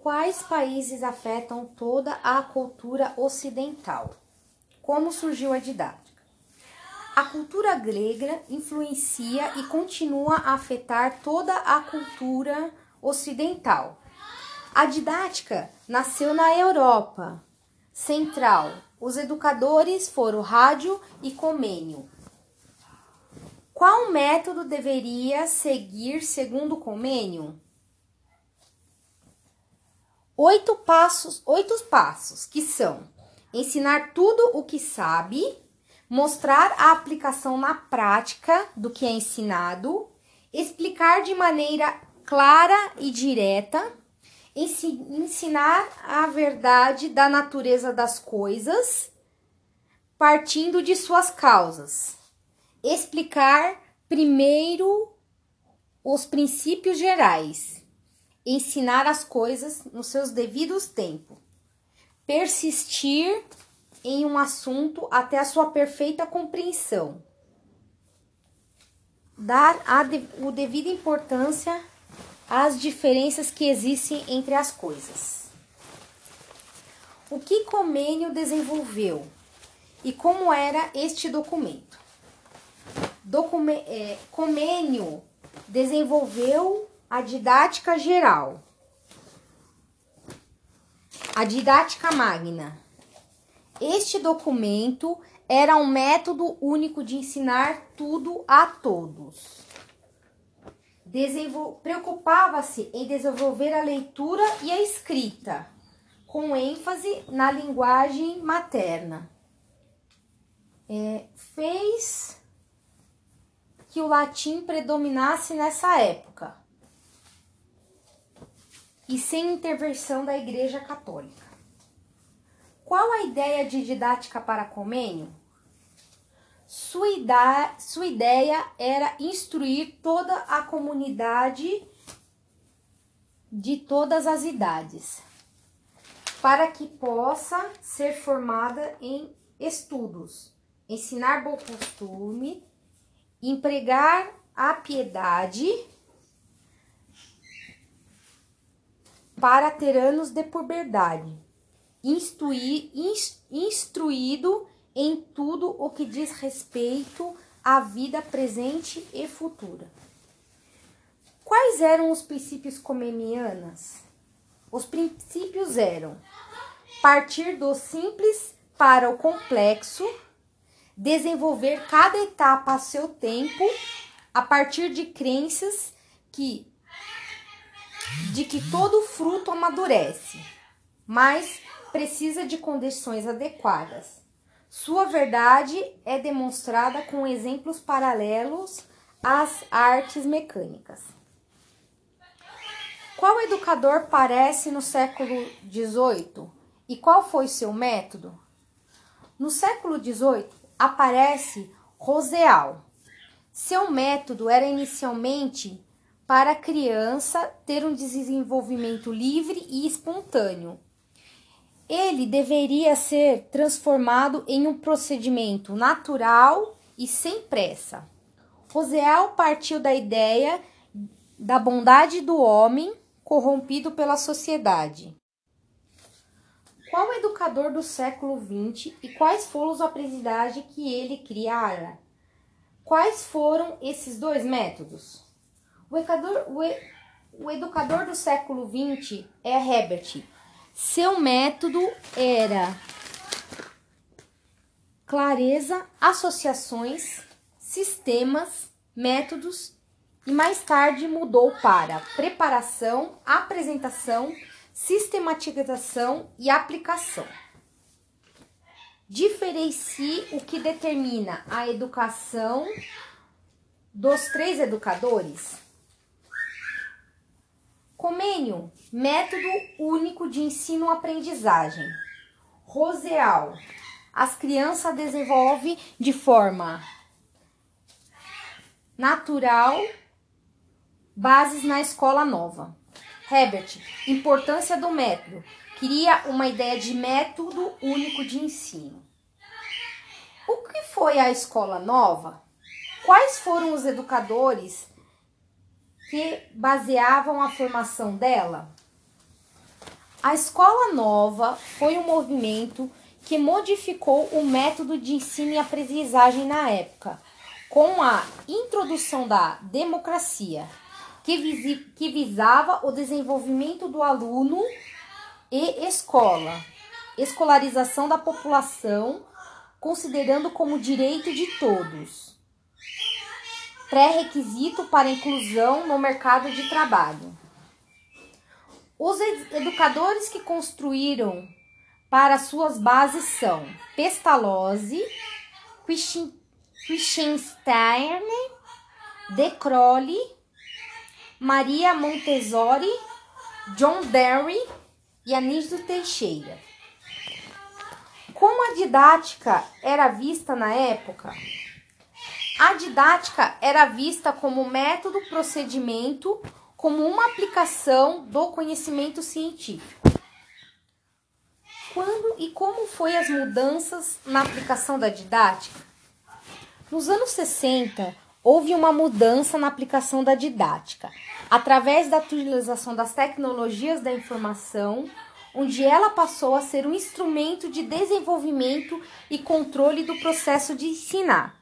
Quais países afetam toda a cultura ocidental? Como surgiu a didática? A cultura grega influencia e continua a afetar toda a cultura ocidental. A didática nasceu na Europa Central. Os educadores foram Rádio e Comênio. Qual método deveria seguir segundo Comênio? 8 passos, que são: ensinar tudo o que sabe, mostrar a aplicação na prática do que é ensinado, explicar de maneira clara e direta, ensinar a verdade da natureza das coisas, partindo de suas causas, explicar primeiro os princípios gerais, ensinar as coisas nos seus devidos tempos, persistir em um assunto até a sua perfeita compreensão, dar a devida importância às diferenças que existem entre as coisas. O que Comênio desenvolveu e como era este documento? Comênio desenvolveu a didática geral, a didática magna. Este documento era um método único de ensinar tudo a todos. Preocupava-se em desenvolver a leitura e a escrita, com ênfase na linguagem materna. Fez que o latim predominasse nessa época e sem intervenção da Igreja Católica. Qual a ideia de didática para Comênio? Sua ideia era instruir toda a comunidade de todas as idades, para que possa ser formada em estudos, ensinar bom costume, empregar a piedade para ter anos de puberdade, instruído em tudo o que diz respeito à vida presente e futura. Quais eram os princípios comenianos? Os princípios eram partir do simples para o complexo, desenvolver cada etapa a seu tempo, a partir de crenças de que todo fruto amadurece, mas precisa de condições adequadas. Sua verdade é demonstrada com exemplos paralelos às artes mecânicas. Qual educador aparece no século XVIII e qual foi seu método? No século XVIII aparece Rousseau. Seu método era inicialmente para a criança ter um desenvolvimento livre e espontâneo. Ele deveria ser transformado em um procedimento natural e sem pressa. Rousseau partiu da ideia da bondade do homem corrompido pela sociedade. Qual educador do século XX e quais foram os aprendizagens que ele criara? Quais foram esses dois métodos? O educador do século XX é Herbert. Seu método era clareza, associações, sistemas, métodos e mais tarde mudou para preparação, apresentação, sistematização e aplicação. Diferencie o que determina a educação dos três educadores. Comênio, método único de ensino-aprendizagem. Rousseau, as crianças desenvolvem de forma natural, bases na escola nova. Herbert, importância do método, cria uma ideia de método único de ensino. O que foi a escola nova? Quais foram os educadores que baseavam a formação dela? A Escola Nova foi um movimento que modificou o método de ensino e aprendizagem na época, com a introdução da democracia, que visava o desenvolvimento do aluno e escolarização da população, considerando como direito de todos, pré-requisito para a inclusão no mercado de trabalho. Os educadores que construíram para suas bases são Pestalozzi, Wittgenstein, De Crowley, Maria Montessori, John Dewey e Anísio Teixeira. Como a didática era vista na época? A didática era vista como método, procedimento, como uma aplicação do conhecimento científico. Quando e como foi as mudanças na aplicação da didática? Nos anos 60, houve uma mudança na aplicação da didática, através da utilização das tecnologias da informação, onde ela passou a ser um instrumento de desenvolvimento e controle do processo de ensinar,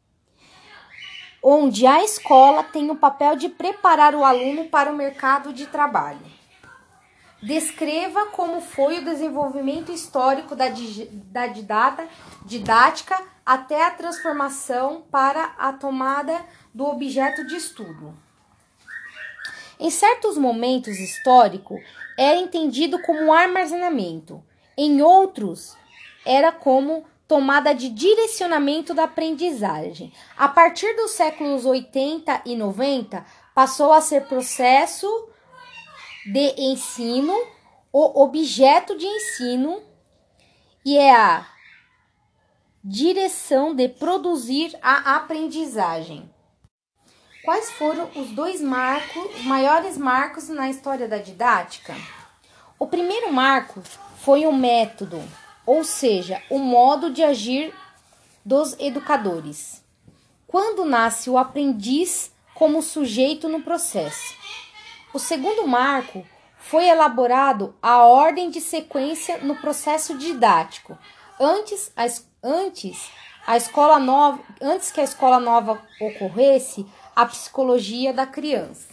onde a escola tem o papel de preparar o aluno para o mercado de trabalho. Descreva como foi o desenvolvimento histórico da didática até a transformação para a tomada do objeto de estudo. Em certos momentos históricos, era entendido como armazenamento. Em outros, era como tomada de direcionamento da aprendizagem. A partir dos séculos 80 e 90, passou a ser processo de ensino, o objeto de ensino, e é a direção de produzir a aprendizagem. Quais foram os maiores marcos na história da didática? O primeiro marco foi o método, ou seja, o modo de agir dos educadores. Quando nasce o aprendiz como sujeito no processo. O segundo marco foi elaborado a ordem de sequência no processo didático. Antes que a escola nova ocorresse, a psicologia da criança.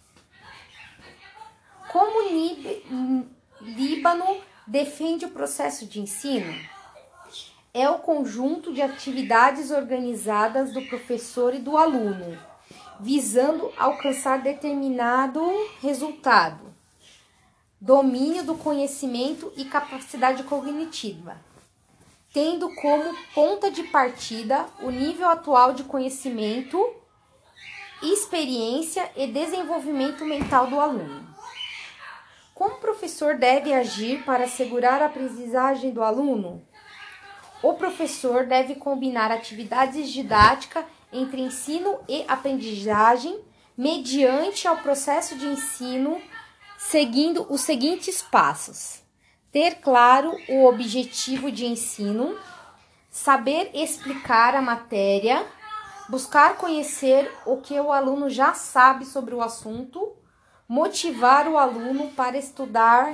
Como Líbano defende o processo de ensino? É o conjunto de atividades organizadas do professor e do aluno, visando alcançar determinado resultado, domínio do conhecimento e capacidade cognitiva, tendo como ponta de partida o nível atual de conhecimento, experiência e desenvolvimento mental do aluno. Como o professor deve agir para assegurar a aprendizagem do aluno? O professor deve combinar atividades didáticas entre ensino e aprendizagem mediante ao processo de ensino, seguindo os seguintes passos: ter claro o objetivo de ensino, saber explicar a matéria, buscar conhecer o que o aluno já sabe sobre o assunto, motivar o aluno para estudar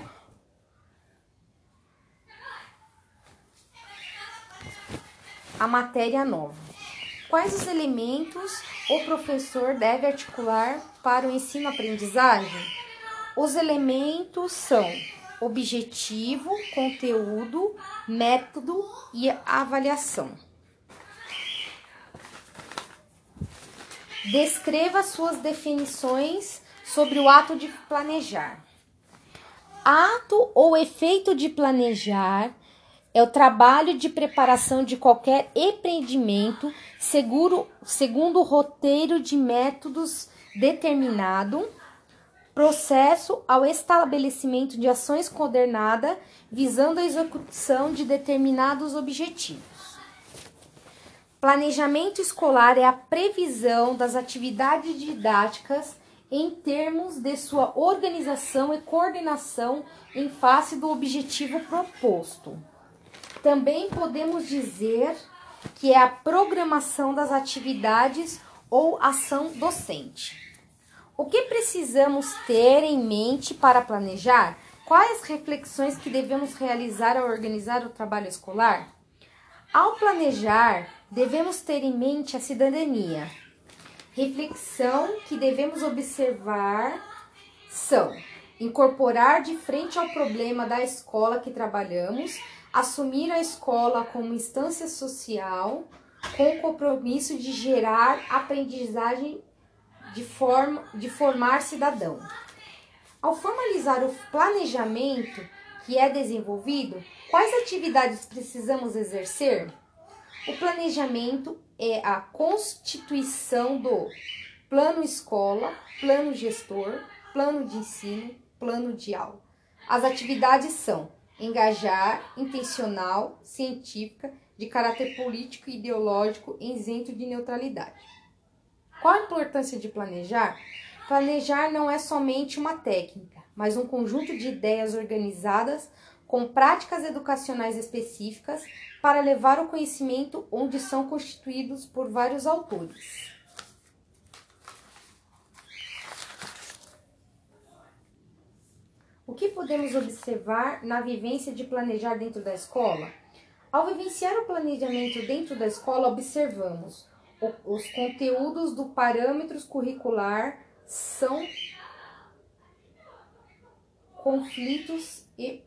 a matéria nova. Quais os elementos o professor deve articular para o ensino-aprendizagem? Os elementos são objetivo, conteúdo, método e avaliação. Descreva suas definições sobre o ato de planejar. Ato ou efeito de planejar é o trabalho de preparação de qualquer empreendimento segundo o roteiro de métodos determinado, processo ao estabelecimento de ações coordenadas visando a execução de determinados objetivos. Planejamento escolar é a previsão das atividades didáticas em termos de sua organização e coordenação em face do objetivo proposto. Também podemos dizer que é a programação das atividades ou ação docente. O que precisamos ter em mente para planejar? Quais reflexões que devemos realizar ao organizar o trabalho escolar? Ao planejar, devemos ter em mente a cidadania. Reflexão que devemos observar são: incorporar de frente ao problema da escola que trabalhamos, assumir a escola como instância social, com o compromisso de gerar aprendizagem de formar cidadão. Ao formalizar o planejamento que é desenvolvido, quais atividades precisamos exercer? O planejamento é a constituição do plano escola, plano gestor, plano de ensino, plano de aula. As atividades são engajar, intencional, científica, de caráter político e ideológico, isento de neutralidade. Qual a importância de planejar? Planejar não é somente uma técnica, mas um conjunto de ideias organizadas com práticas educacionais específicas para levar o conhecimento onde são constituídos por vários autores. O que podemos observar na vivência de planejar dentro da escola? Ao vivenciar o planejamento dentro da escola, observamos os conteúdos do parâmetros curricular são conflitos e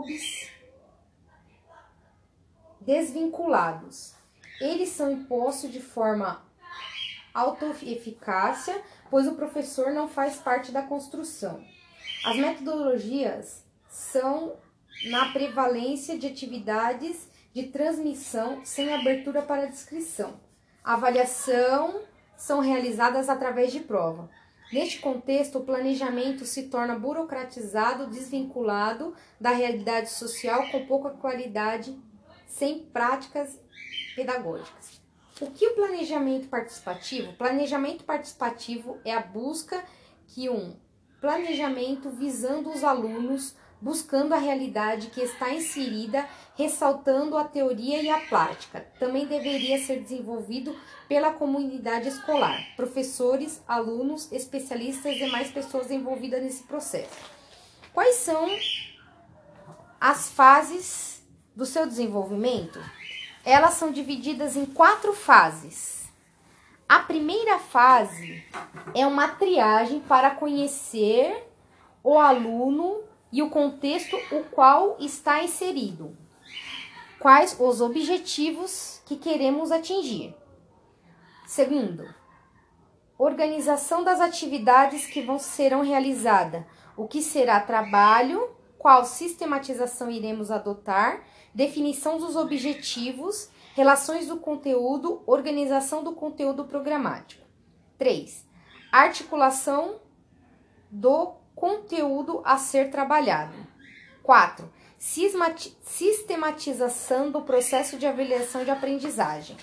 desvinculados. Eles são impostos de forma autoeficácia, pois o professor não faz parte da construção. As metodologias são na prevalência de atividades de transmissão sem abertura para descrição. A avaliação são realizadas através de prova. Neste contexto, o planejamento se torna burocratizado, desvinculado da realidade social, com pouca qualidade, sem práticas pedagógicas. O que é o planejamento participativo? Planejamento participativo é a busca que um planejamento visando os alunos, buscando a realidade que está inserida, ressaltando a teoria e a prática. Também deveria ser desenvolvido pela comunidade escolar, professores, alunos, especialistas e demais pessoas envolvidas nesse processo. Quais são as fases do seu desenvolvimento? Elas são divididas em 4 fases. A primeira fase é uma triagem para conhecer o aluno e o contexto o qual está inserido. Quais os objetivos que queremos atingir. Segundo, organização das atividades que serão realizadas. O que será trabalho, qual sistematização iremos adotar, definição dos objetivos, relações do conteúdo, organização do conteúdo programático. 3. Articulação do conteúdo a ser trabalhado. 4. Sistematização do processo de avaliação de aprendizagem.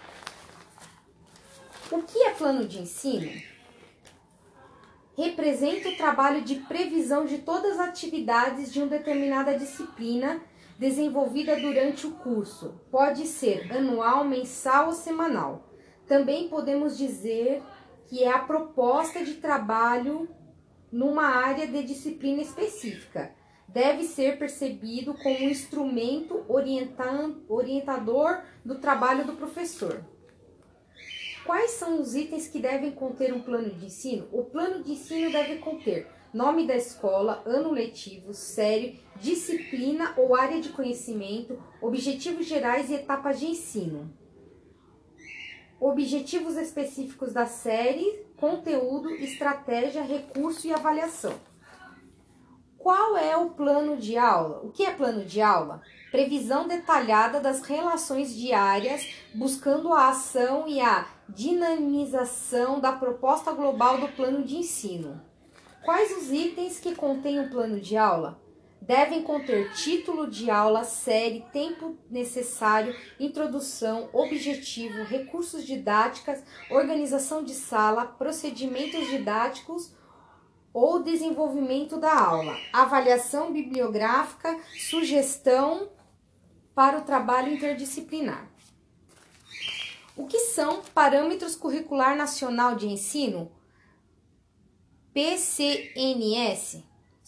O que é plano de ensino? Representa o trabalho de previsão de todas as atividades de uma determinada disciplina desenvolvida durante o curso. Pode ser anual, mensal ou semanal. Também podemos dizer que é a proposta de trabalho numa área de disciplina específica. Deve ser percebido como um instrumento orientador do trabalho do professor. Quais são os itens que devem conter um plano de ensino? O plano de ensino deve conter nome da escola, ano letivo, série, disciplina ou área de conhecimento, objetivos gerais e etapas de ensino. Objetivos específicos da série, conteúdo, estratégia, recurso e avaliação. Qual é o plano de aula? O que é plano de aula? Previsão detalhada das relações diárias, buscando a ação e a dinamização da proposta global do plano de ensino. Quais os itens que contém o plano de aula? Devem conter título de aula, série, tempo necessário, introdução, objetivo, recursos didáticos, organização de sala, procedimentos didáticos ou desenvolvimento da aula, avaliação bibliográfica, sugestão para o trabalho interdisciplinar. O que são Parâmetros Curricular Nacional de Ensino? PCNS.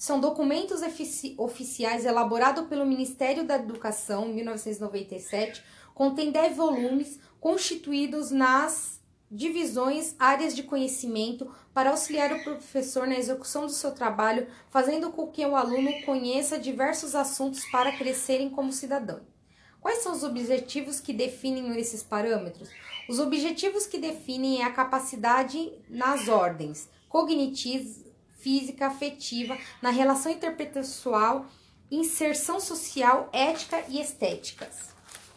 São documentos oficiais elaborados pelo Ministério da Educação, em 1997, contém 10 volumes constituídos nas divisões, áreas de conhecimento, para auxiliar o professor na execução do seu trabalho, fazendo com que o aluno conheça diversos assuntos para crescerem como cidadão. Quais são os objetivos que definem esses parâmetros? Os objetivos que definem é a capacidade nas ordens cognitivas, física, afetiva, na relação interpessoal, inserção social, ética e estéticas.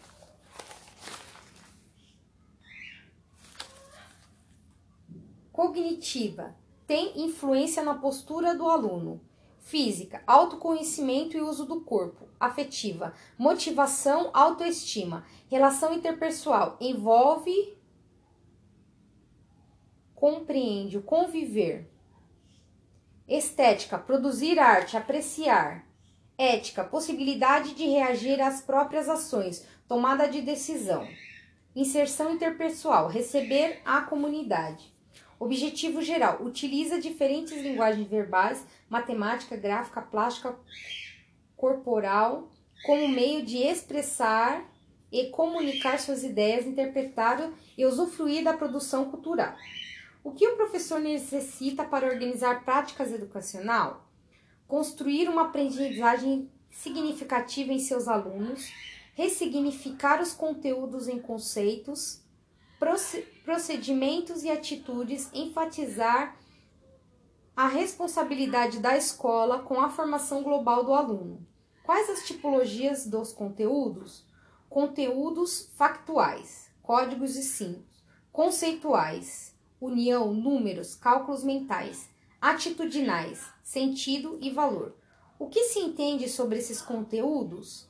Cognitiva tem influência na postura do aluno. Física, autoconhecimento e uso do corpo. Afetiva, motivação, autoestima. Relação interpessoal, envolve, compreende, o conviver. Estética, produzir arte, apreciar. Ética, possibilidade de reagir às próprias ações, tomada de decisão. Inserção interpessoal, receber a comunidade. Objetivo geral, utiliza diferentes linguagens verbais, matemática, gráfica, plástica, corporal, como meio de expressar e comunicar suas ideias, interpretar e usufruir da produção cultural. O que o professor necessita para organizar práticas educacional? Construir uma aprendizagem significativa em seus alunos, ressignificar os conteúdos em conceitos, procedimentos e atitudes, enfatizar a responsabilidade da escola com a formação global do aluno. Quais as tipologias dos conteúdos? Conteúdos factuais, códigos e símbolos, conceituais, união, números, cálculos mentais, atitudinais, sentido e valor. O que se entende sobre esses conteúdos?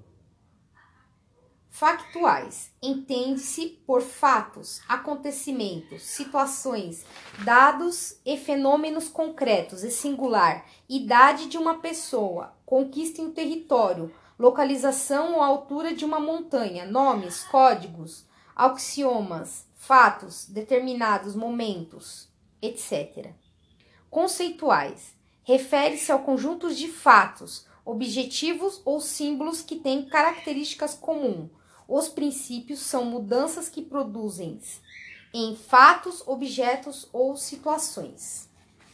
Factuais, entende-se por fatos, acontecimentos, situações, dados e fenômenos concretos e singular, idade de uma pessoa, conquista em um território, localização ou altura de uma montanha, nomes, códigos, axiomas, fatos, determinados momentos, etc. Conceituais, refere-se ao conjunto de fatos, objetivos ou símbolos que têm características comuns. Os princípios são mudanças que produzem em fatos, objetos ou situações.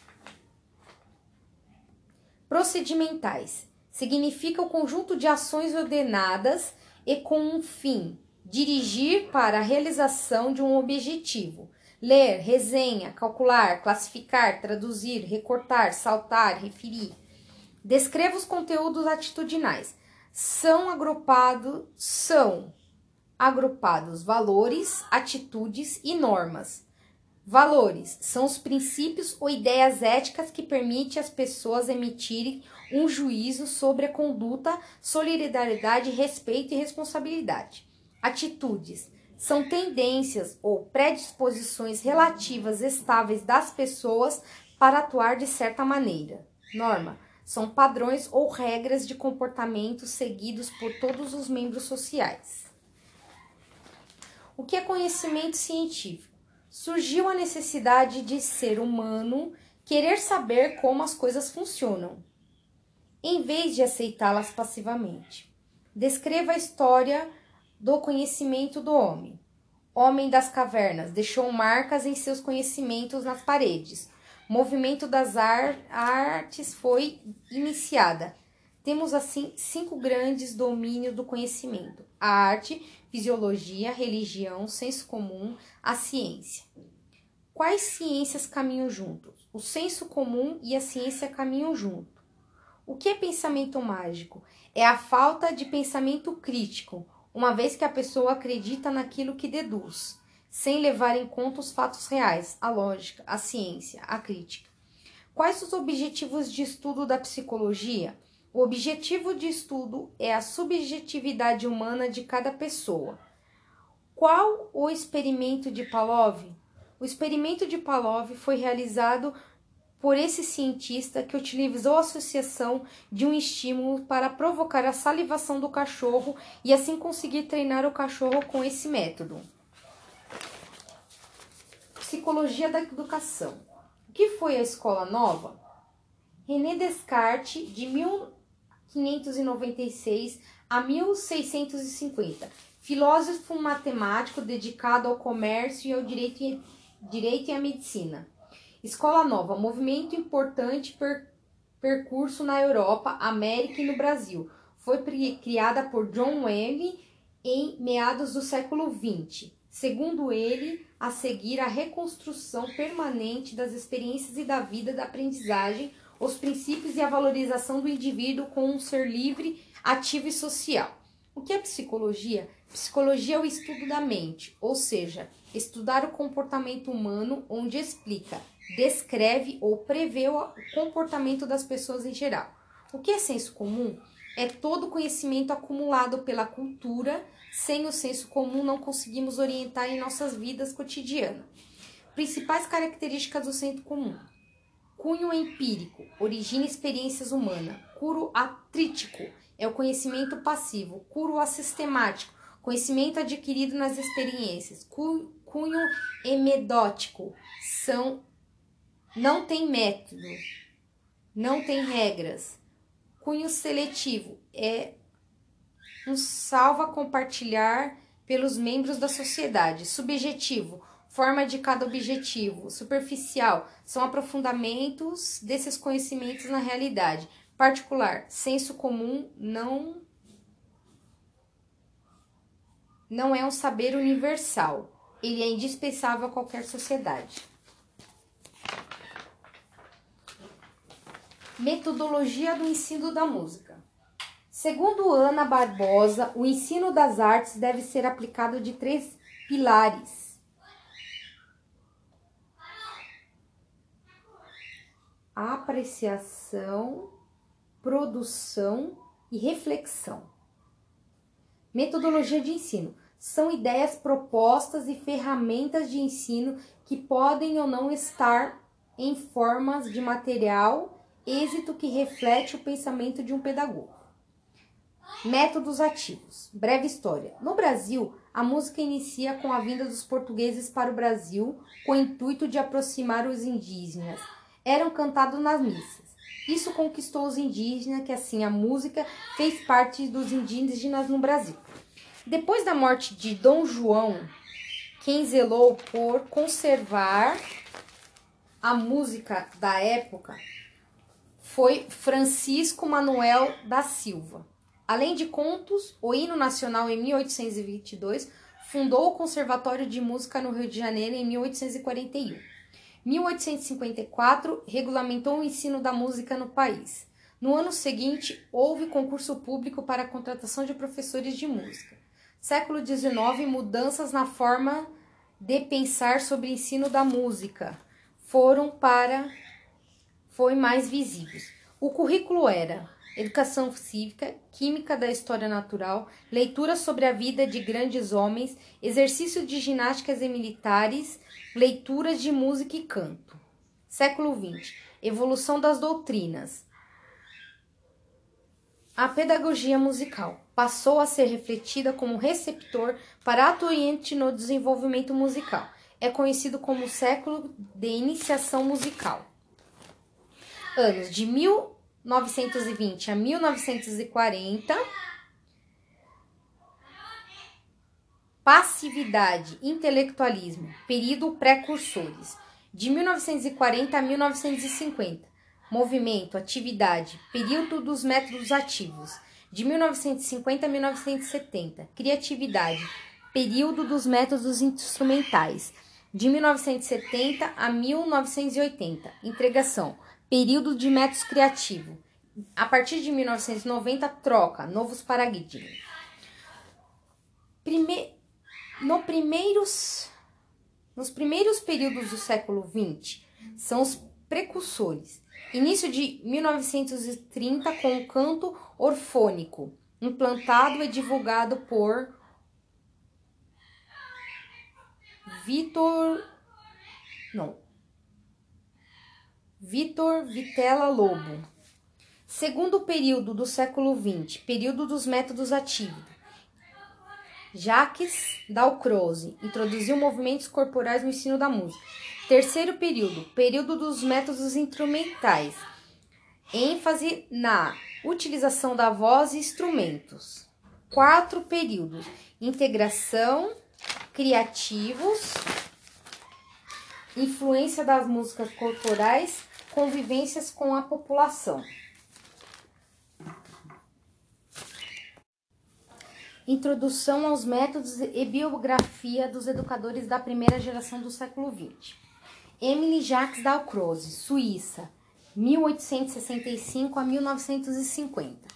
Procedimentais. Significa o conjunto de ações ordenadas e com um fim. Dirigir para a realização de um objetivo. Ler, resenha, calcular, classificar, traduzir, recortar, saltar, referir. Descreva os conteúdos atitudinais. São agrupados valores, atitudes e normas. Valores são os princípios ou ideias éticas que permitem às pessoas emitirem um juízo sobre a conduta, solidariedade, respeito e responsabilidade. Atitudes são tendências ou predisposições relativas estáveis das pessoas para atuar de certa maneira. Norma são padrões ou regras de comportamento seguidos por todos os membros sociais. O que é conhecimento científico? Surgiu a necessidade de ser humano querer saber como as coisas funcionam, em vez de aceitá-las passivamente. Descreva a história do conhecimento do homem. Homem das cavernas, deixou marcas em seus conhecimentos nas paredes. Movimento das artes foi iniciada. Temos assim 5 grandes domínios do conhecimento: a arte, fisiologia, religião, senso comum, a ciência. Quais ciências caminham juntos? O senso comum e a ciência caminham junto. O que é pensamento mágico? É a falta de pensamento crítico, uma vez que a pessoa acredita naquilo que deduz, sem levar em conta os fatos reais, a lógica, a ciência, a crítica. Quais os objetivos de estudo da psicologia? O objetivo de estudo é a subjetividade humana de cada pessoa. Qual o experimento de Pavlov? O experimento de Pavlov foi realizado por esse cientista que utilizou a associação de um estímulo para provocar a salivação do cachorro e assim conseguir treinar o cachorro com esse método. Psicologia da educação. O que foi a escola nova? René Descartes, de 1596 a 1650, filósofo matemático dedicado ao comércio e ao direito e à medicina. Escola Nova, movimento importante percurso na Europa, América e no Brasil. Foi criada por John Wayne em meados do século XX. Segundo ele, a seguir a reconstrução permanente das experiências e da vida, da aprendizagem, os princípios e a valorização do indivíduo como um ser livre, ativo e social. O que é psicologia? Psicologia é o estudo da mente, ou seja, estudar o comportamento humano, onde explica, descreve ou prevê o comportamento das pessoas em geral. O que é senso comum? É todo o conhecimento acumulado pela cultura. Sem o senso comum não conseguimos orientar em nossas vidas cotidianas. Principais características do senso comum: cunho empírico, origina experiências humanas. Cunho atrítico é o conhecimento passivo. Cunho assistemático, conhecimento adquirido nas experiências. Cunho emedótico, não tem método, não tem regras. Cunho seletivo é um salva compartilhar pelos membros da sociedade. Subjetivo, forma de cada objetivo. Superficial, são aprofundamentos desses conhecimentos na realidade. Particular, senso comum não é um saber universal. Ele é indispensável a qualquer sociedade. Metodologia do ensino da música. Segundo Ana Barbosa, o ensino das artes deve ser aplicado de 3 pilares: apreciação, produção e reflexão. Metodologia de ensino. São ideias propostas e ferramentas de ensino que podem ou não estar em formas de material, êxito que reflete o pensamento de um pedagogo. Métodos ativos. Breve história. No Brasil, a música inicia com a vinda dos portugueses para o Brasil, com o intuito de aproximar os indígenas. Eram cantados nas missas. Isso conquistou os indígenas, que assim a música fez parte dos indígenas no Brasil. Depois da morte de Dom João, quem zelou por conservar a música da época foi Francisco Manuel da Silva. Além de contos, o hino nacional em 1822 fundou o Conservatório de Música no Rio de Janeiro em 1841. 1854 regulamentou o ensino da música no país. No ano seguinte, houve concurso público para a contratação de professores de música. Século XIX, mudanças na forma de pensar sobre o ensino da música foi mais visíveis. O currículo era educação cívica, química da história natural, leitura sobre a vida de grandes homens, exercício de ginásticas e militares, leituras de música e canto. Século XX, evolução das doutrinas. A pedagogia musical passou a ser refletida como receptor para atuante no desenvolvimento musical. É conhecido como o século de iniciação musical. Anos de 1920 a 1940. Passividade, intelectualismo, período precursores. De 1940 a 1950. Movimento, atividade, período dos métodos ativos. De 1950 a 1970. Criatividade, período dos métodos instrumentais. De 1970 a 1980. Integração, período de métodos criativos. A partir de 1990, troca, novos paradigmas. Nos primeiros períodos do século XX, são os precursores. Início de 1930 com o canto orfônico, implantado e divulgado por Vitor Vitella Lobo. Segundo período do século XX, período dos métodos ativos. Jacques Dalcroze introduziu movimentos corporais no ensino da música. Terceiro período, período dos métodos instrumentais. ênfase na utilização da voz e instrumentos. 4 períodos: integração, criativos, influência das músicas corporais, convivências com a população. Introdução aos métodos e biografia dos educadores da primeira geração do século XX. Emily Jacques Dalcroze, Suíça, 1865 a 1950.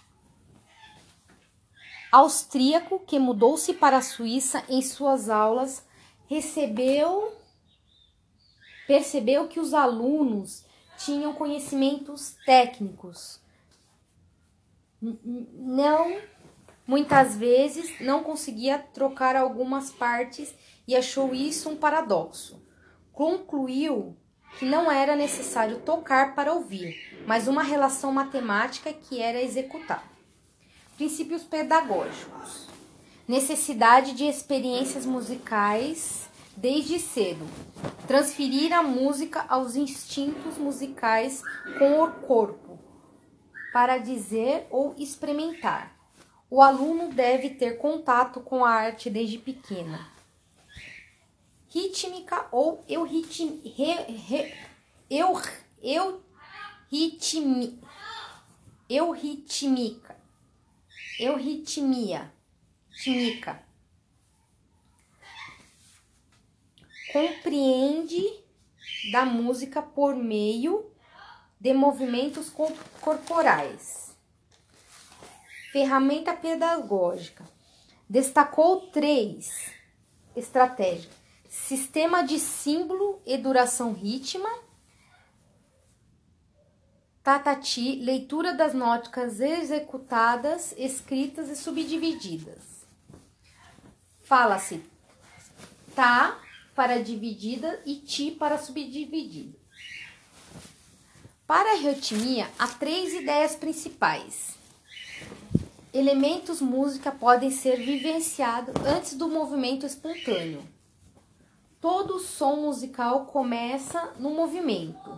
Austríaco que mudou-se para a Suíça em suas aulas, percebeu que os alunos tinham conhecimentos técnicos. Muitas vezes não conseguia trocar algumas partes e achou isso um paradoxo. Concluiu que não era necessário tocar para ouvir, mas uma relação matemática que era executada. Princípios pedagógicos. Necessidade de experiências musicais desde cedo. Transferir a música aos instintos musicais com o corpo, para dizer ou experimentar. O aluno deve ter contato com a arte desde pequena. Rítmica ou euritmia. Compreende da música por meio de movimentos corporais. Ferramenta pedagógica. Destacou 3 estratégias: sistema de símbolo e duração rítmica, tatati, leitura das notas executadas, escritas e subdivididas. Fala-se tá para dividida e ti para subdividida. Para a arritmia, há 3 ideias principais. Elementos música podem ser vivenciados antes do movimento espontâneo. Todo som musical começa no movimento.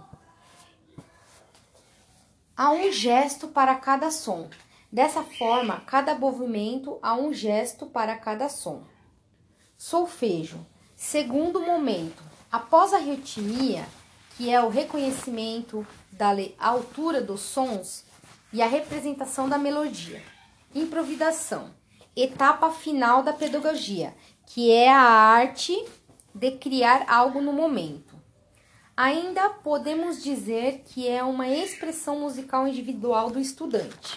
Há um gesto para cada som. Dessa forma, cada movimento há um gesto para cada som. Solfejo. Segundo momento, após a arritmia, que é o reconhecimento da altura dos sons e a representação da melodia. Improvisação. Etapa final da pedagogia, que é a arte de criar algo no momento. Ainda podemos dizer que é uma expressão musical individual do estudante.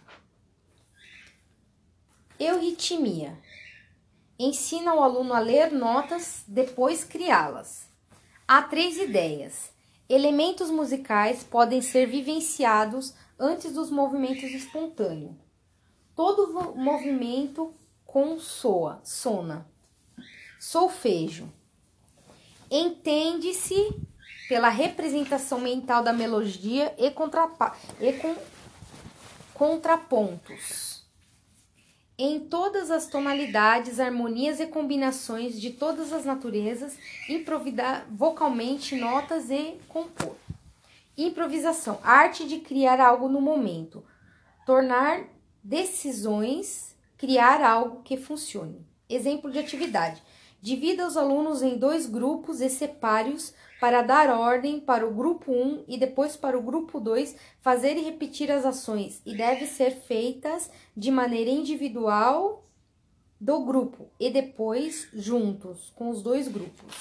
Euritmia. Ensina o aluno a ler notas, depois criá-las. Há 3 ideias. Elementos musicais podem ser vivenciados antes dos movimentos espontâneos. Todo movimento sona. Solfejo. Entende-se pela representação mental da melodia e contrapontos. Em todas as tonalidades, harmonias e combinações de todas as naturezas, improvisar vocalmente notas e compor. Improvisação, arte de criar algo no momento, tornar decisões, criar algo que funcione. Exemplo de atividade. Divida os alunos em 2 grupos e separe-os para dar ordem para o grupo 1 e depois para o grupo 2 fazer e repetir as ações e devem ser feitas de maneira individual do grupo e depois juntos com os 2 grupos.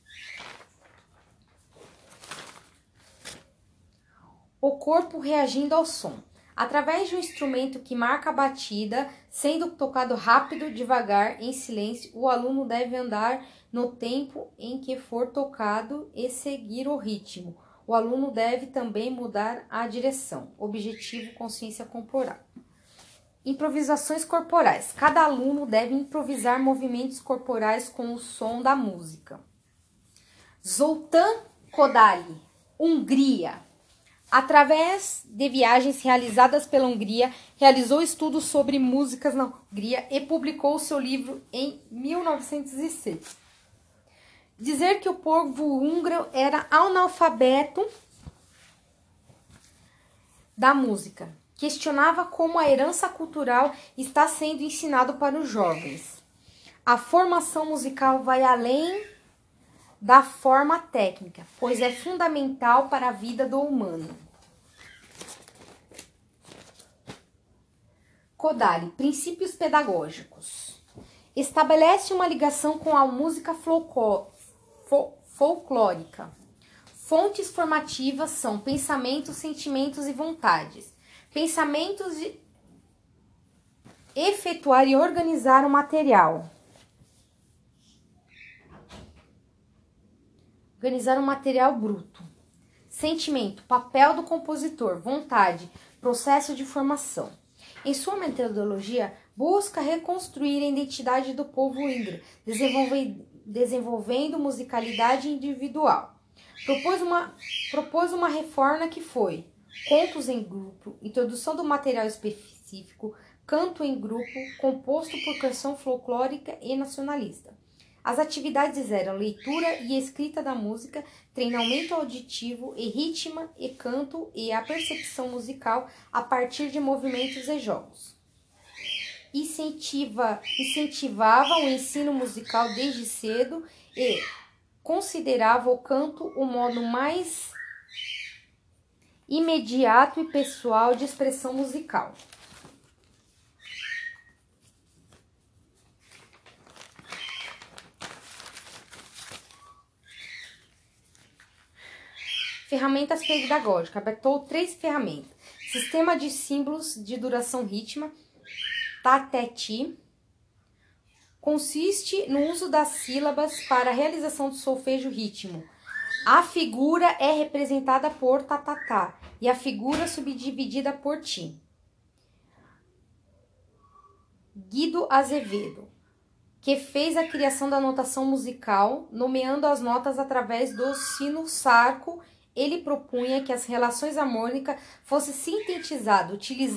O corpo reagindo ao som. Através de um instrumento que marca a batida, sendo tocado rápido, devagar, em silêncio, o aluno deve andar no tempo em que for tocado e seguir o ritmo. O aluno deve também mudar a direção. Objetivo, consciência corporal. Improvisações corporais. Cada aluno deve improvisar movimentos corporais com o som da música. Zoltán Kodály, Hungria. Através de viagens realizadas pela Hungria, realizou estudos sobre músicas na Hungria e publicou seu livro em 1906. Dizer que o povo húngaro era analfabeto da música. Questionava como a herança cultural está sendo ensinado para os jovens. A formação musical vai além da forma técnica, pois é fundamental para a vida do humano. Kodály, princípios pedagógicos. Estabelece uma ligação com a música folclórica. Fontes formativas são pensamentos, sentimentos e vontades. Pensamentos de efetuar e organizar o material. Organizar um material bruto. Sentimento, papel do compositor. Vontade, processo de formação. Em sua metodologia, busca reconstruir a identidade do povo índio, desenvolvendo musicalidade individual. Propôs uma reforma que foi contos em grupo, introdução do material específico, canto em grupo, composto por canção folclórica e nacionalista. As atividades eram leitura e escrita da música, treinamento auditivo e ritmo e canto e a percepção musical a partir de movimentos e jogos. Incentivava o ensino musical desde cedo e considerava o canto o modo mais imediato e pessoal de expressão musical. Ferramentas pedagógicas. Apresentou 3 ferramentas. Sistema de símbolos de duração rítmica, tateti. Consiste no uso das sílabas para a realização do solfejo rítmico. A figura é representada por tatatá e a figura subdividida por ti. Guido Azevedo, que fez a criação da notação musical, nomeando as notas através do sino-sarco. Ele propunha que as relações harmônicas fossem sintetizadas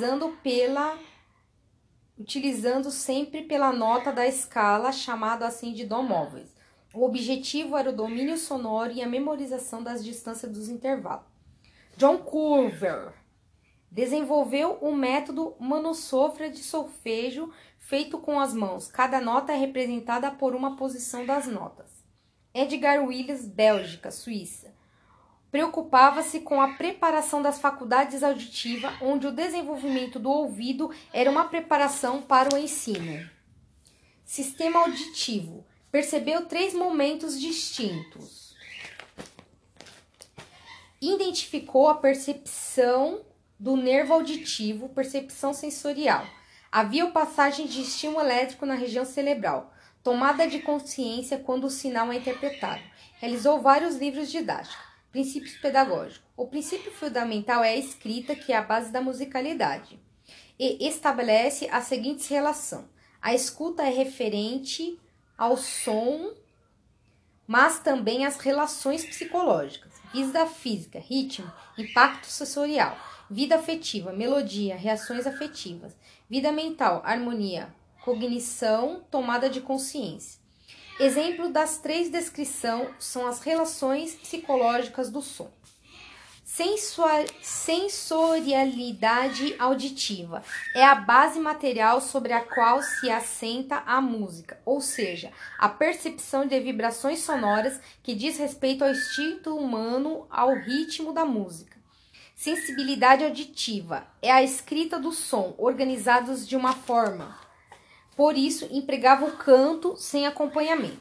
utilizando sempre pela nota da escala, chamada assim de dó móveis. O objetivo era o domínio sonoro e a memorização das distâncias dos intervalos. John Culver desenvolveu o método Manosofra de solfejo feito com as mãos. Cada nota é representada por uma posição das notas. Edgar Williams, Bélgica, Suíça. Preocupava-se com a preparação das faculdades auditivas, onde o desenvolvimento do ouvido era uma preparação para o ensino. Sistema auditivo. Percebeu 3 momentos distintos. Identificou a percepção do nervo auditivo, percepção sensorial. Havia passagem de estímulo elétrico na região cerebral. Tomada de consciência quando o sinal é interpretado. Realizou vários livros didáticos. Princípios pedagógicos. O princípio fundamental é a escrita, que é a base da musicalidade, e estabelece a seguinte relação. A escuta é referente ao som, mas também às relações psicológicas. Vida física, ritmo, impacto sensorial. Vida afetiva, melodia, reações afetivas. Vida mental, harmonia, cognição, tomada de consciência. Exemplo das 3 descrições são as relações psicológicas do som. Sensorialidade auditiva é a base material sobre a qual se assenta a música, ou seja, a percepção de vibrações sonoras que diz respeito ao instinto humano, ao ritmo da música. Sensibilidade auditiva é a escrita do som, organizados de uma forma. Por isso, empregava o canto sem acompanhamento.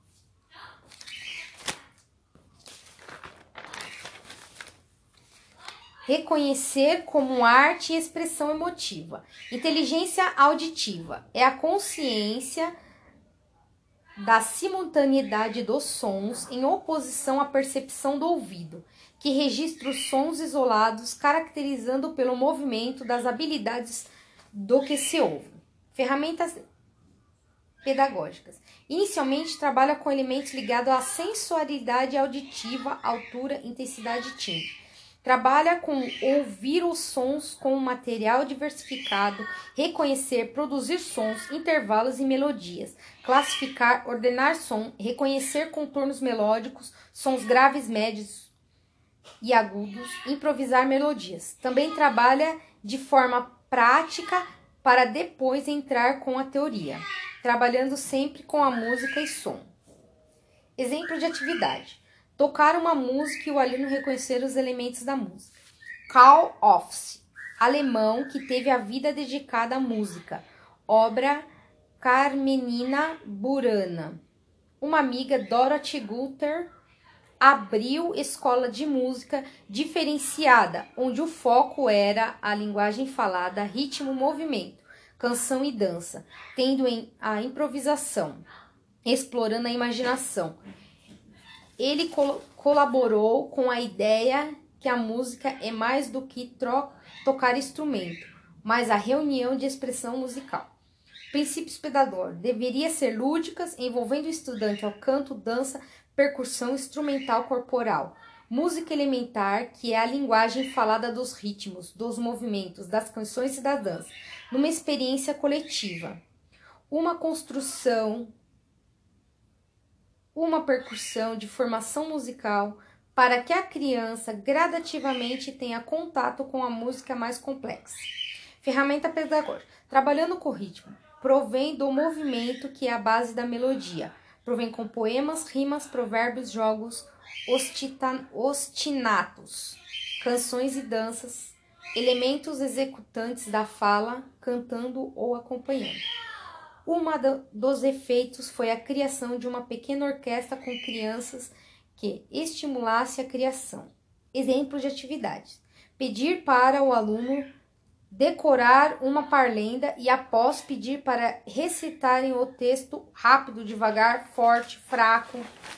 Reconhecer como arte e expressão emotiva. Inteligência auditiva é a consciência da simultaneidade dos sons em oposição à percepção do ouvido, que registra os sons isolados, caracterizando pelo movimento das habilidades do que se ouve. Ferramentas pedagógicas. Inicialmente, trabalha com elementos ligados à sensorialidade auditiva, altura, intensidade e timbre. Trabalha com ouvir os sons com um material diversificado, reconhecer, produzir sons, intervalos e melodias, classificar, ordenar som, reconhecer contornos melódicos, sons graves, médios, e agudos, improvisar melodias. Também trabalha de forma prática para depois entrar com a teoria, trabalhando sempre com a música e som. Exemplo de atividade: tocar uma música e o aluno reconhecer os elementos da música. Karl Orff, alemão que teve a vida dedicada à música. Obra Carmenina Burana. Uma amiga, Dorothy Gunther, abriu escola de música diferenciada, onde o foco era a linguagem falada, ritmo, movimento, canção e dança, tendo a improvisação, explorando a imaginação. Ele colaborou com a ideia que a música é mais do que tocar instrumento, mas a reunião de expressão musical. Princípios pedagógicos. Deveria ser lúdicas, envolvendo o estudante ao canto, dança, percussão instrumental corporal. Música elementar, que é a linguagem falada dos ritmos, dos movimentos, das canções e da dança, numa experiência coletiva. Uma percussão de formação musical para que a criança gradativamente tenha contato com a música mais complexa. Ferramenta pedagógica. Trabalhando com o ritmo, provém do movimento que é a base da melodia. Provém com poemas, rimas, provérbios, jogos, ostinatos, canções e danças, elementos executantes da fala, cantando ou acompanhando. Dos efeitos foi a criação de uma pequena orquestra com crianças que estimulasse a criação. Exemplos de atividades: pedir para o aluno decorar uma parlenda e após pedir para recitarem o texto rápido, devagar, forte, fraco.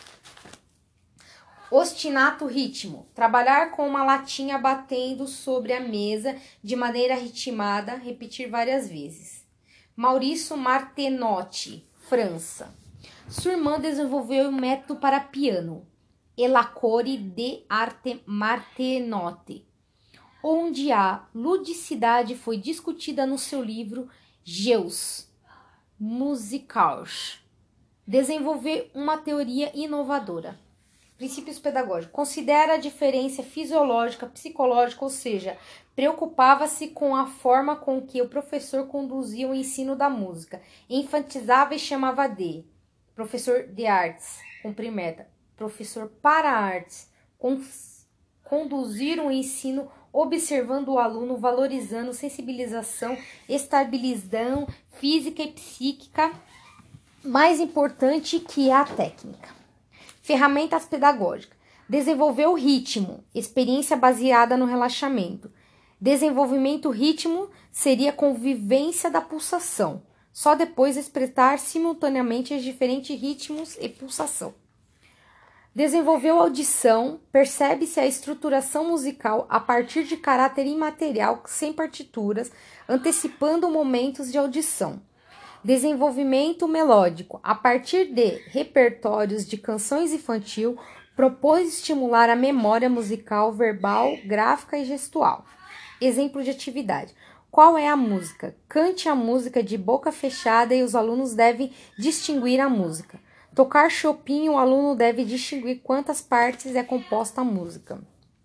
Ostinato ritmo. Trabalhar com uma latinha batendo sobre a mesa de maneira ritmada, repetir várias vezes. Maurício Martenotti, França. Sua irmã desenvolveu um método para piano, Elacore de Arte Martenotti, onde a ludicidade foi discutida no seu livro Jeux Musicals. Desenvolver uma teoria inovadora. Princípios pedagógicos. Considera a diferença fisiológica, psicológica, ou seja, preocupava-se com a forma com que o professor conduzia o ensino da música. Enfatizava e chamava de professor de artes, cumprir meta. Professor para artes, conduzir o ensino observando o aluno, valorizando sensibilização, estabilização física e psíquica, mais importante que a técnica. Ferramentas pedagógicas. Desenvolver o ritmo, experiência baseada no relaxamento. Desenvolvimento ritmo seria convivência da pulsação. Só depois expressar simultaneamente os diferentes ritmos e pulsação. Desenvolveu audição, percebe-se a estruturação musical a partir de caráter imaterial, sem partituras, antecipando momentos de audição. Desenvolvimento melódico, a partir de repertórios de canções infantil, propôs estimular a memória musical, verbal, gráfica e gestual. Exemplo de atividade. Qual é a música? Cante a música de boca fechada e os alunos devem distinguir a música. Tocar Chopin, o aluno deve distinguir quantas partes é composta a música.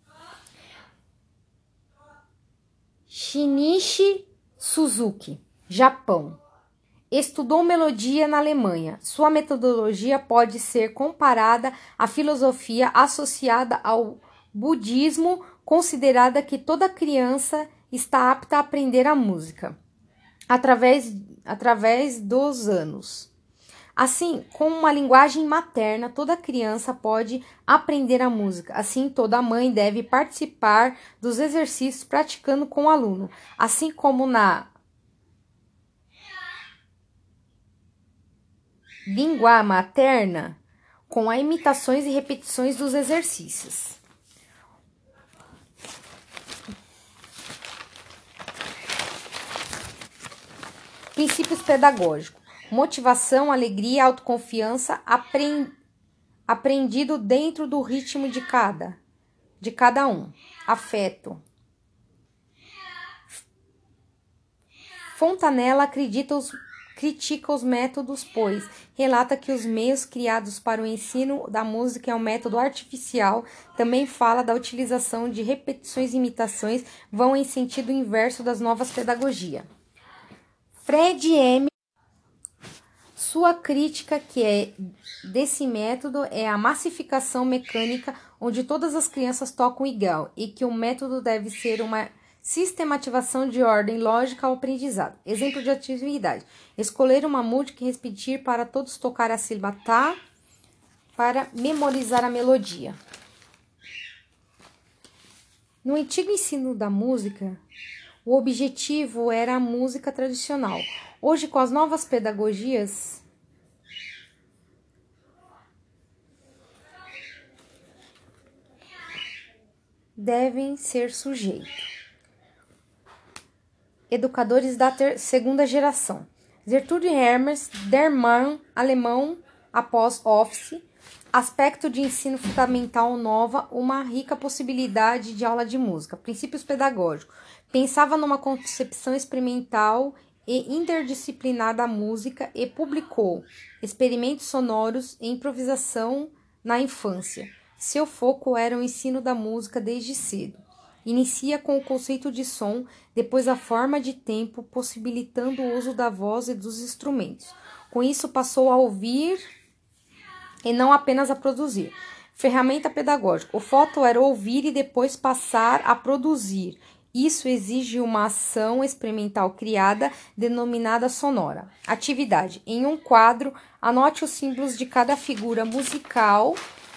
Shinichi Suzuki, Japão. Estudou melodia na Alemanha. Sua metodologia pode ser comparada à filosofia associada ao budismo, considerada que toda criança está apta a aprender a música através dos anos. Assim, com uma linguagem materna, toda criança pode aprender a música. Assim, toda mãe deve participar dos exercícios praticando com o aluno. Assim como na língua materna, com as imitações e repetições dos exercícios. Princípios pedagógicos. Motivação, alegria, autoconfiança, aprendido dentro do ritmo de cada um. Afeto. Fontanella acredita critica os métodos, pois relata que os meios criados para o ensino da música é um método artificial. Também fala da utilização de repetições e imitações, vão em sentido inverso das novas pedagogias. Fred M. Sua crítica desse método é a massificação mecânica, onde todas as crianças tocam igual, e que o método deve ser uma sistematização de ordem lógica ao aprendizado. Exemplo de atividade: escolher uma música e repetir para todos tocar a sílaba tá para memorizar a melodia. No antigo ensino da música, o objetivo era a música tradicional. Hoje, com as novas pedagogias, devem ser sujeitos. Educadores da segunda geração. Gertrude Hermes, Der Mann, alemão, após Office, aspecto de ensino fundamental nova, uma rica possibilidade de aula de música, princípios pedagógicos. Pensava numa concepção experimental e interdisciplinar da música e publicou experimentos sonoros e improvisação na infância. Seu foco era o ensino da música desde cedo. Inicia com o conceito de som, depois a forma de tempo, possibilitando o uso da voz e dos instrumentos. Com isso, passou a ouvir e não apenas a produzir. Ferramenta pedagógica. O foco era ouvir e depois passar a produzir. Isso exige uma ação experimental criada, denominada sonora. Atividade. Em um quadro, anote os símbolos de cada figura musical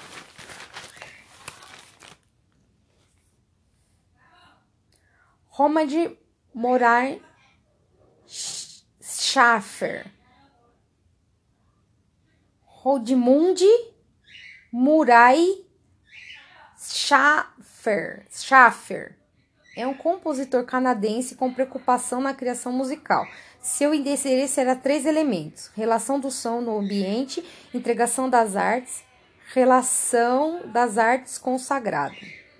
Roland Moray Schaffer. Rosamund Murray Schaffer é um compositor canadense com preocupação na criação musical. Seu interesse era 3 elementos: relação do som no ambiente, integração das artes, relação das artes com o sagrado.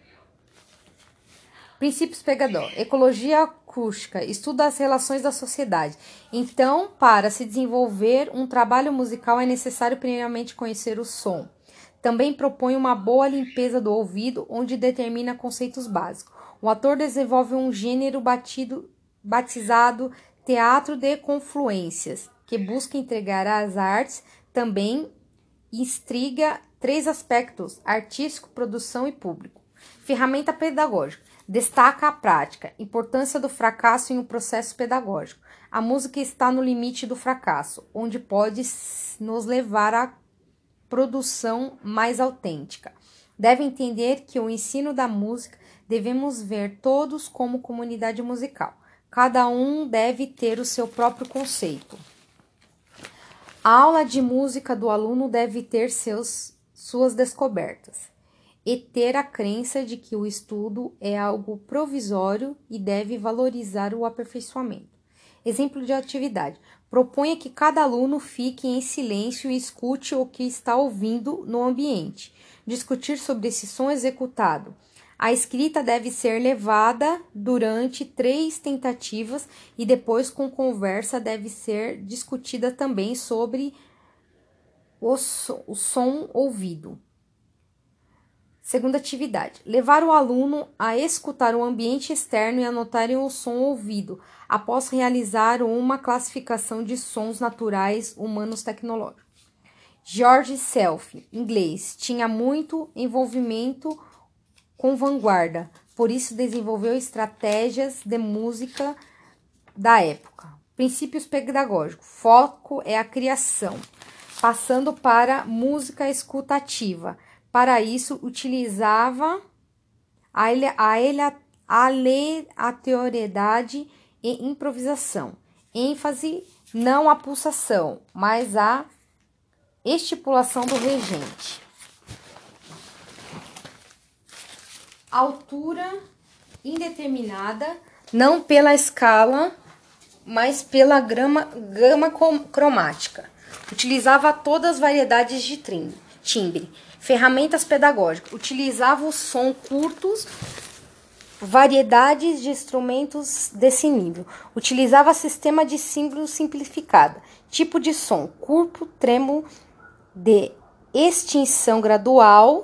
Princípios pegador. Ecologia acústica. Estuda as relações da sociedade. Então, para se desenvolver um trabalho musical, é necessário primeiramente conhecer o som. Também propõe uma boa limpeza do ouvido, onde determina conceitos básicos. O ator desenvolve um gênero batizado teatro de confluências, que busca entregar às artes. Também instiga 3 aspectos: artístico, produção e público. Ferramenta pedagógica. Destaca a prática, importância do fracasso em um processo pedagógico. A música está no limite do fracasso, onde pode nos levar à produção mais autêntica. Deve entender que o ensino da música devemos ver todos como comunidade musical. Cada um deve ter o seu próprio conceito. A aula de música do aluno deve ter suas descobertas e ter a crença de que o estudo é algo provisório e deve valorizar o aperfeiçoamento. Exemplo de atividade. Proponha que cada aluno fique em silêncio e escute o que está ouvindo no ambiente. Discutir sobre esse som executado. A escrita deve ser levada durante 3 tentativas e depois com conversa deve ser discutida também sobre o som ouvido. Segunda atividade. Levar o aluno a escutar o ambiente externo e anotarem o som ouvido, após realizar uma classificação de sons naturais, humanos, tecnológicos. George Self, inglês, tinha muito envolvimento com vanguarda, por isso desenvolveu estratégias de música da época. Princípios pedagógicos. Foco é a criação, passando para música escutativa. Para isso, utilizava a aleatoriedade e improvisação. ênfase não a pulsação, mas a estipulação do regente. Altura indeterminada, não pela escala, mas pela gama cromática. Utilizava todas as variedades de timbre. Ferramentas pedagógicas. Utilizava o som curtos Variedades de instrumentos desse nível. Utilizava sistema de símbolos simplificada. Tipo de som: curto, trêmulo, de extinção gradual.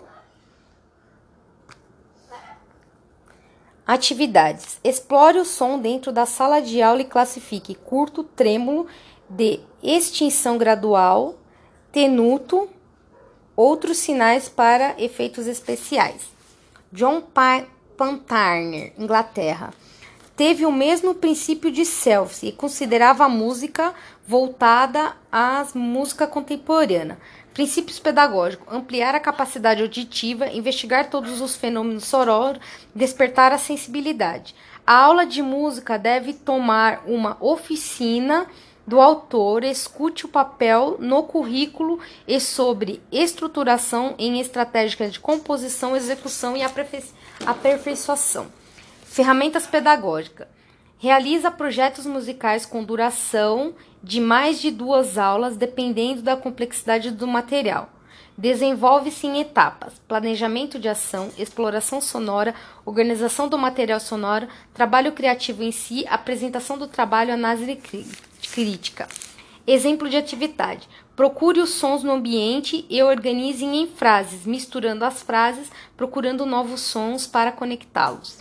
Atividades: explore o som dentro da sala de aula e classifique curto, trêmulo, de extinção gradual, tenuto, outros sinais para efeitos especiais. John Plantagenet, Inglaterra. Teve o mesmo princípio de Celsi e considerava a música voltada à música contemporânea. Princípios pedagógicos: ampliar a capacidade auditiva, investigar todos os fenômenos sonoros, despertar a sensibilidade. A aula de música deve tomar uma oficina do autor, escute o papel no currículo e sobre estruturação em estratégias de composição, execução e aperfeiçoação. Ferramentas pedagógicas. Realiza projetos musicais com duração de mais de 2 aulas, dependendo da complexidade do material. Desenvolve-se em etapas: planejamento de ação, exploração sonora, organização do material sonoro, trabalho criativo em si, apresentação do trabalho, análise crítica. Exemplo de atividade: procure os sons no ambiente e organize em frases, misturando as frases, procurando novos sons para conectá-los.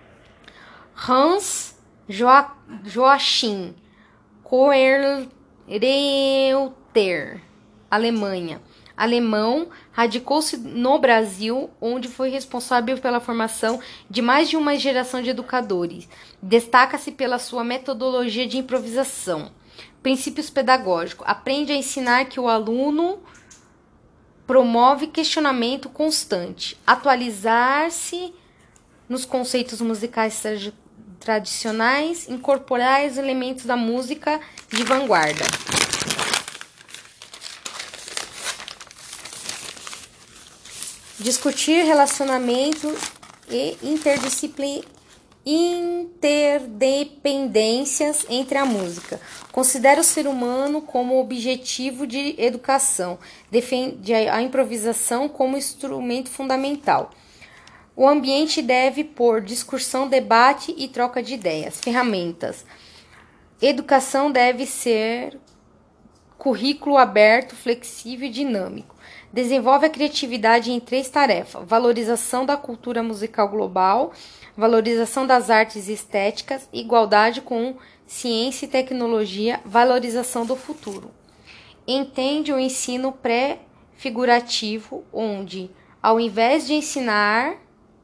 Hans Joachim Reuter, Alemanha. Alemão, radicou-se no Brasil, onde foi responsável pela formação de mais de uma geração de educadores. Destaca-se pela sua metodologia de improvisação. Princípios pedagógicos: aprende a ensinar que o aluno promove questionamento constante, atualizar-se nos conceitos musicais tradicionais, incorporar os elementos da música de vanguarda. Discutir relacionamento e interdependências entre a música. Considera o ser humano como objetivo de educação. Defende a improvisação como instrumento fundamental. O ambiente deve pôr discussão, debate e troca de ideias. Ferramentas. Educação deve ser currículo aberto, flexível e dinâmico. Desenvolve a criatividade em 3 tarefas: valorização da cultura musical global, valorização das artes estéticas, igualdade com ciência e tecnologia, valorização do futuro. Entende o ensino pré-figurativo, onde, ao invés de ensinar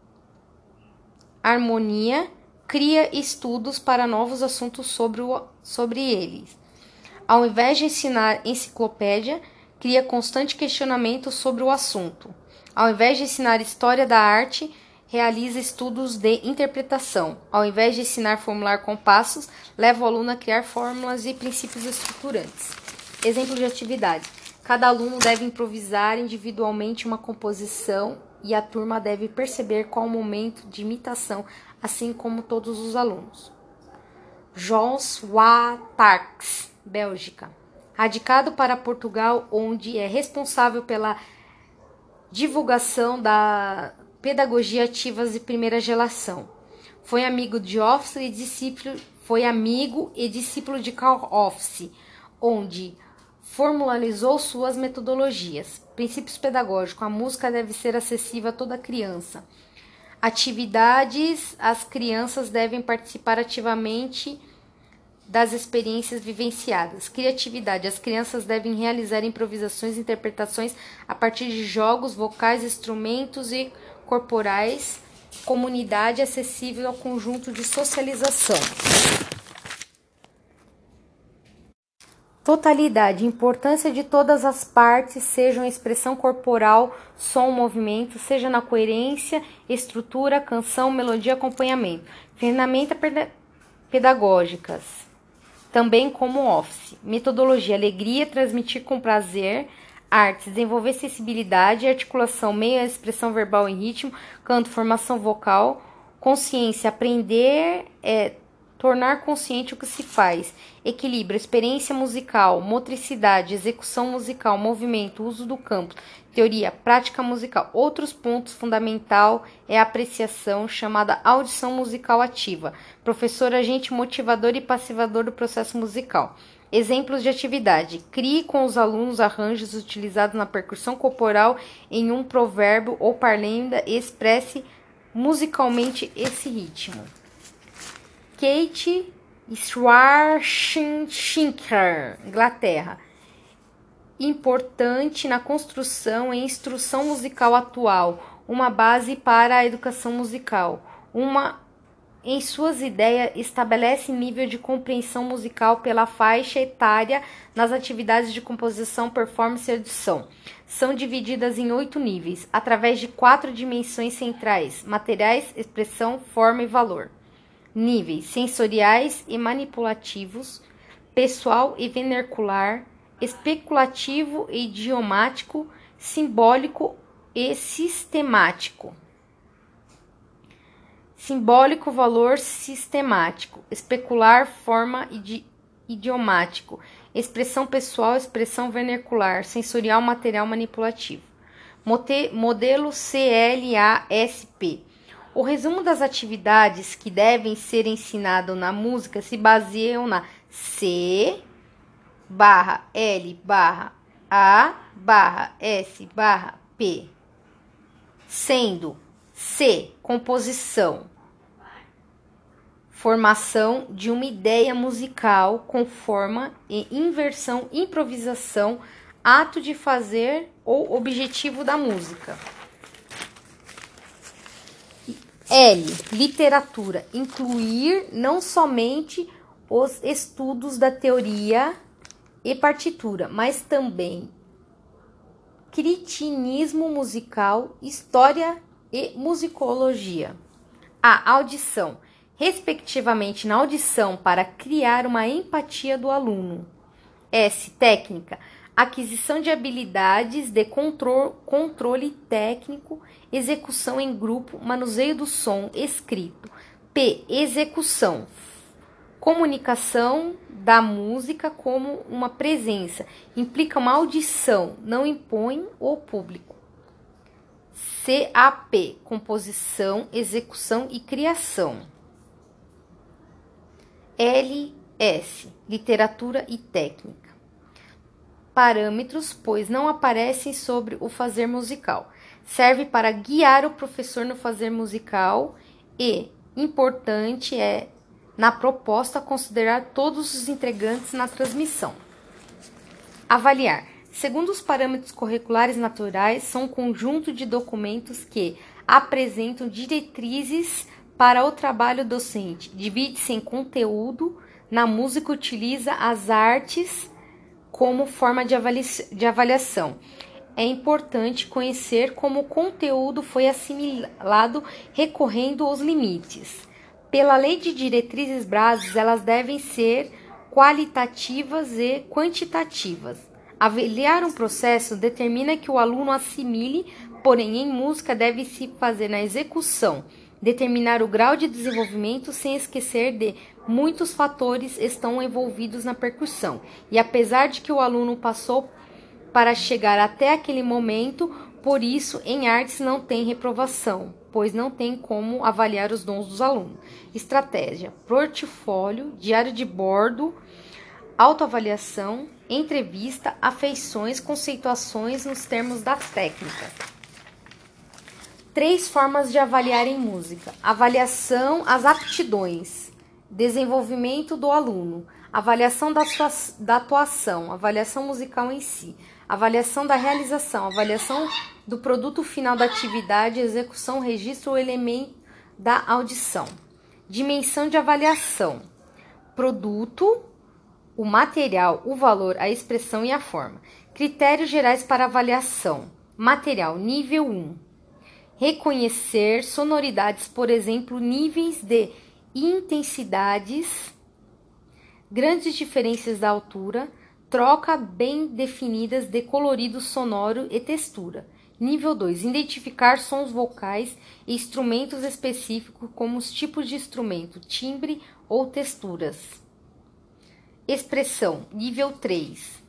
harmonia, cria estudos para novos assuntos sobre eles. Ao invés de ensinar enciclopédia, cria constante questionamento sobre o assunto. Ao invés de ensinar história da arte, realiza estudos de interpretação. Ao invés de ensinar a formular compassos, leva o aluno a criar fórmulas e princípios estruturantes. Exemplo de atividade: cada aluno deve improvisar individualmente uma composição e a turma deve perceber qual o momento de imitação, assim como todos os alunos. Jos Watarks, Bélgica. Radicado para Portugal, onde é responsável pela divulgação da pedagogia ativa de primeira geração. Foi amigo de Office e discípulo de Karl Office, onde formalizou suas metodologias. Princípios pedagógicos: a música deve ser acessível a toda criança. Atividades: as crianças devem participar ativamente das experiências vivenciadas. Criatividade: as crianças devem realizar improvisações e interpretações a partir de jogos vocais, instrumentos e corporais. Comunidade: acessível ao conjunto de socialização. Totalidade: importância de todas as partes, sejam expressão corporal, som, movimento, seja na coerência, estrutura, canção, melodia, acompanhamento. Ferramentas pedagógicas, também como Office. Metodologia: alegria, transmitir com prazer. Artes: desenvolver sensibilidade, articulação, meio, expressão verbal em ritmo, canto, formação vocal. Consciência: aprender tornar consciente o que se faz, equilíbrio, experiência musical, motricidade, execução musical, movimento, uso do campo, teoria, prática musical. Outros pontos fundamental é a apreciação, chamada audição musical ativa, professor, agente motivador e passivador do processo musical. Exemplos de atividade: crie com os alunos arranjos utilizados na percussão corporal em um provérbio ou parlenda e expresse musicalmente esse ritmo. Kate Schwarzenegger, Inglaterra. Importante na construção e instrução musical atual, uma base para a educação musical. Em suas ideias, estabelece nível de compreensão musical pela faixa etária nas atividades de composição, performance e edição. São divididas em 8 níveis, através de 4 dimensões centrais: materiais, expressão, forma e valor. Níveis sensoriais e manipulativos, pessoal e vernacular, especulativo e idiomático, simbólico e sistemático. Simbólico, valor, sistemático, especular, forma idiomático, expressão pessoal, expressão vernacular, sensorial, material, manipulativo. Modelo CLASP. O resumo das atividades que devem ser ensinadas na música se baseiam na C/L/A/S/P, sendo C, composição, formação de uma ideia musical com forma e inversão, improvisação, ato de fazer ou objetivo da música. L, literatura, incluir não somente os estudos da teoria e partitura, mas também critinismo musical, história e musicologia. A audição, respectivamente na audição para criar uma empatia do aluno. S, técnica, aquisição de habilidades de controle técnico, execução em grupo, manuseio do som, escrito. P, execução, comunicação da música como uma presença, implica uma audição, não impõe o público. CAP, composição, execução e criação. LS, literatura e técnica. Parâmetros, pois não aparecem sobre o fazer musical. Serve para guiar o professor no fazer musical e, importante é, na proposta, considerar todos os integrantes na transmissão. Avaliar. Segundo os parâmetros curriculares naturais, são um conjunto de documentos que apresentam diretrizes para o trabalho docente. Divide-se em conteúdo. Na música, utiliza as artes como forma de avaliação. É importante conhecer como o conteúdo foi assimilado recorrendo aos limites. Pela lei de diretrizes bases, elas devem ser qualitativas e quantitativas. Avaliar um processo determina que o aluno assimile, porém em música deve-se fazer na execução, determinar o grau de desenvolvimento sem esquecer de muitos fatores estão envolvidos na percussão. E apesar de que o aluno passou para chegar até aquele momento, por isso em artes não tem reprovação, pois não tem como avaliar os dons dos alunos. Estratégia: portfólio, diário de bordo, autoavaliação, entrevista, afeições, conceituações nos termos da técnica. 3 formas de avaliar em música: avaliação às aptidões, desenvolvimento do aluno, avaliação da atuação, avaliação musical em si, avaliação da realização, avaliação do produto final da atividade, execução, registro ou elemento da audição. Dimensão de avaliação: produto, o material, o valor, a expressão e a forma. Critérios gerais para avaliação: material, nível 1. Reconhecer sonoridades, por exemplo, níveis de intensidades, grandes diferenças da altura, troca bem definidas de colorido sonoro e textura. Nível 2. Identificar sons vocais e instrumentos específicos como os tipos de instrumento, timbre ou texturas. Expressão. Nível 3.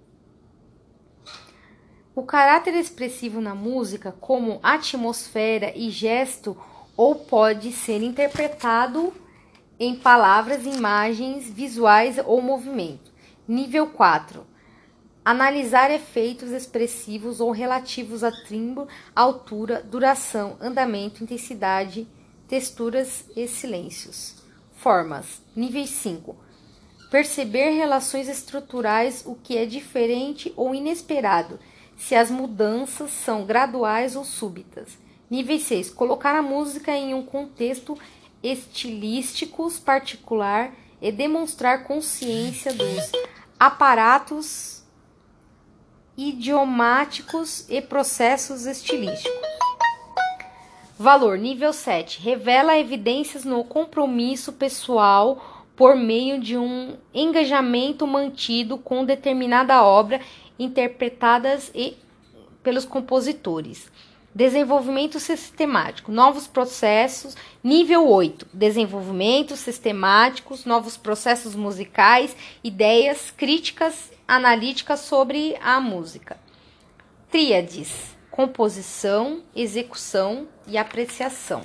O caráter expressivo na música como atmosfera e gesto ou pode ser interpretado em palavras, imagens, visuais ou movimento. Nível 4. Analisar efeitos expressivos ou relativos a timbre, altura, duração, andamento, intensidade, texturas e silêncios. Formas. Nível 5. Perceber relações estruturais, o que é diferente ou inesperado, se as mudanças são graduais ou súbitas. Nível 6. Colocar a música em um contexto estilístico particular e demonstrar consciência dos aparatos idiomáticos e processos estilísticos. Valor. Nível 7. Revela evidências no compromisso pessoal por meio de um engajamento mantido com determinada obra interpretadas pelos compositores. Desenvolvimento sistemático, novos processos. Nível 8. Desenvolvimento sistemáticos, novos processos musicais, ideias críticas analíticas sobre a música. Tríades: composição, execução e apreciação.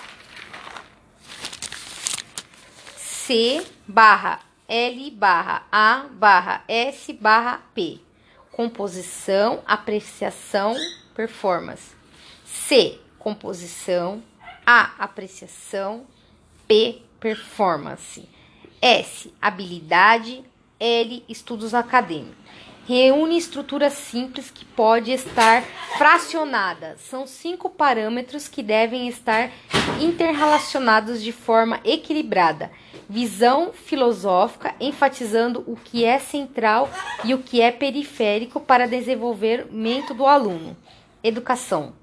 C/L/A/S/P. Composição, apreciação, performance. C. Composição. A. Apreciação. P. Performance. S. Habilidade. L. Estudos acadêmicos. Reúne estrutura simples que pode estar fracionada. São 5 parâmetros que devem estar interrelacionados de forma equilibrada. Visão filosófica, enfatizando o que é central e o que é periférico para desenvolvimento do aluno. Educação.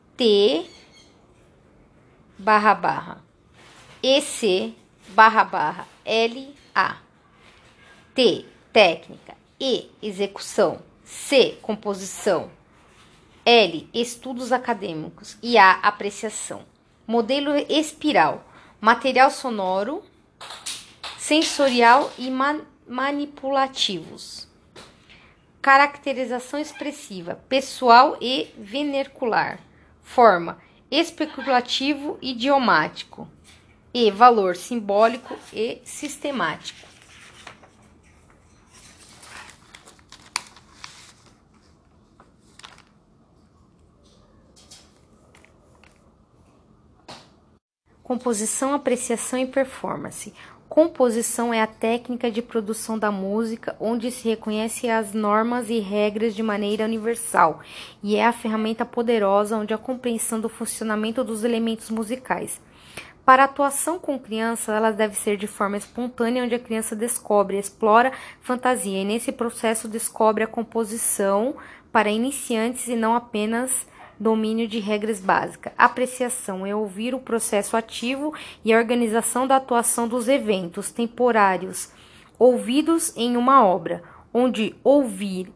T/EC/LA. T. Técnica. E. Execução. C. Composição. L. Estudos acadêmicos. E A. Apreciação. Modelo espiral. Material sonoro, sensorial e manipulativos. Caracterização expressiva, pessoal e vernacular. Forma, especulativo e idiomático. E valor, simbólico e sistemático. Composição, apreciação e performance. Composição é a técnica de produção da música onde se reconhecem as normas e regras de maneira universal e é a ferramenta poderosa onde a compreensão do funcionamento dos elementos musicais. Para a atuação com criança, ela deve ser de forma espontânea, onde a criança descobre, explora fantasia e nesse processo descobre a composição para iniciantes e não apenas domínio de regras básicas. Apreciação é ouvir o processo ativo e a organização da atuação dos eventos temporários ouvidos em uma obra, onde ouvir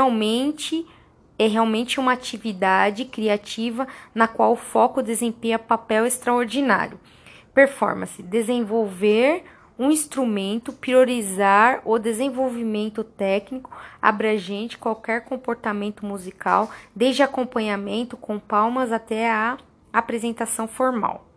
é realmente uma atividade criativa na qual o foco desempenha papel extraordinário. Performance: desenvolver um instrumento, priorizar o desenvolvimento técnico abrangente qualquer comportamento musical, desde acompanhamento com palmas até a apresentação formal.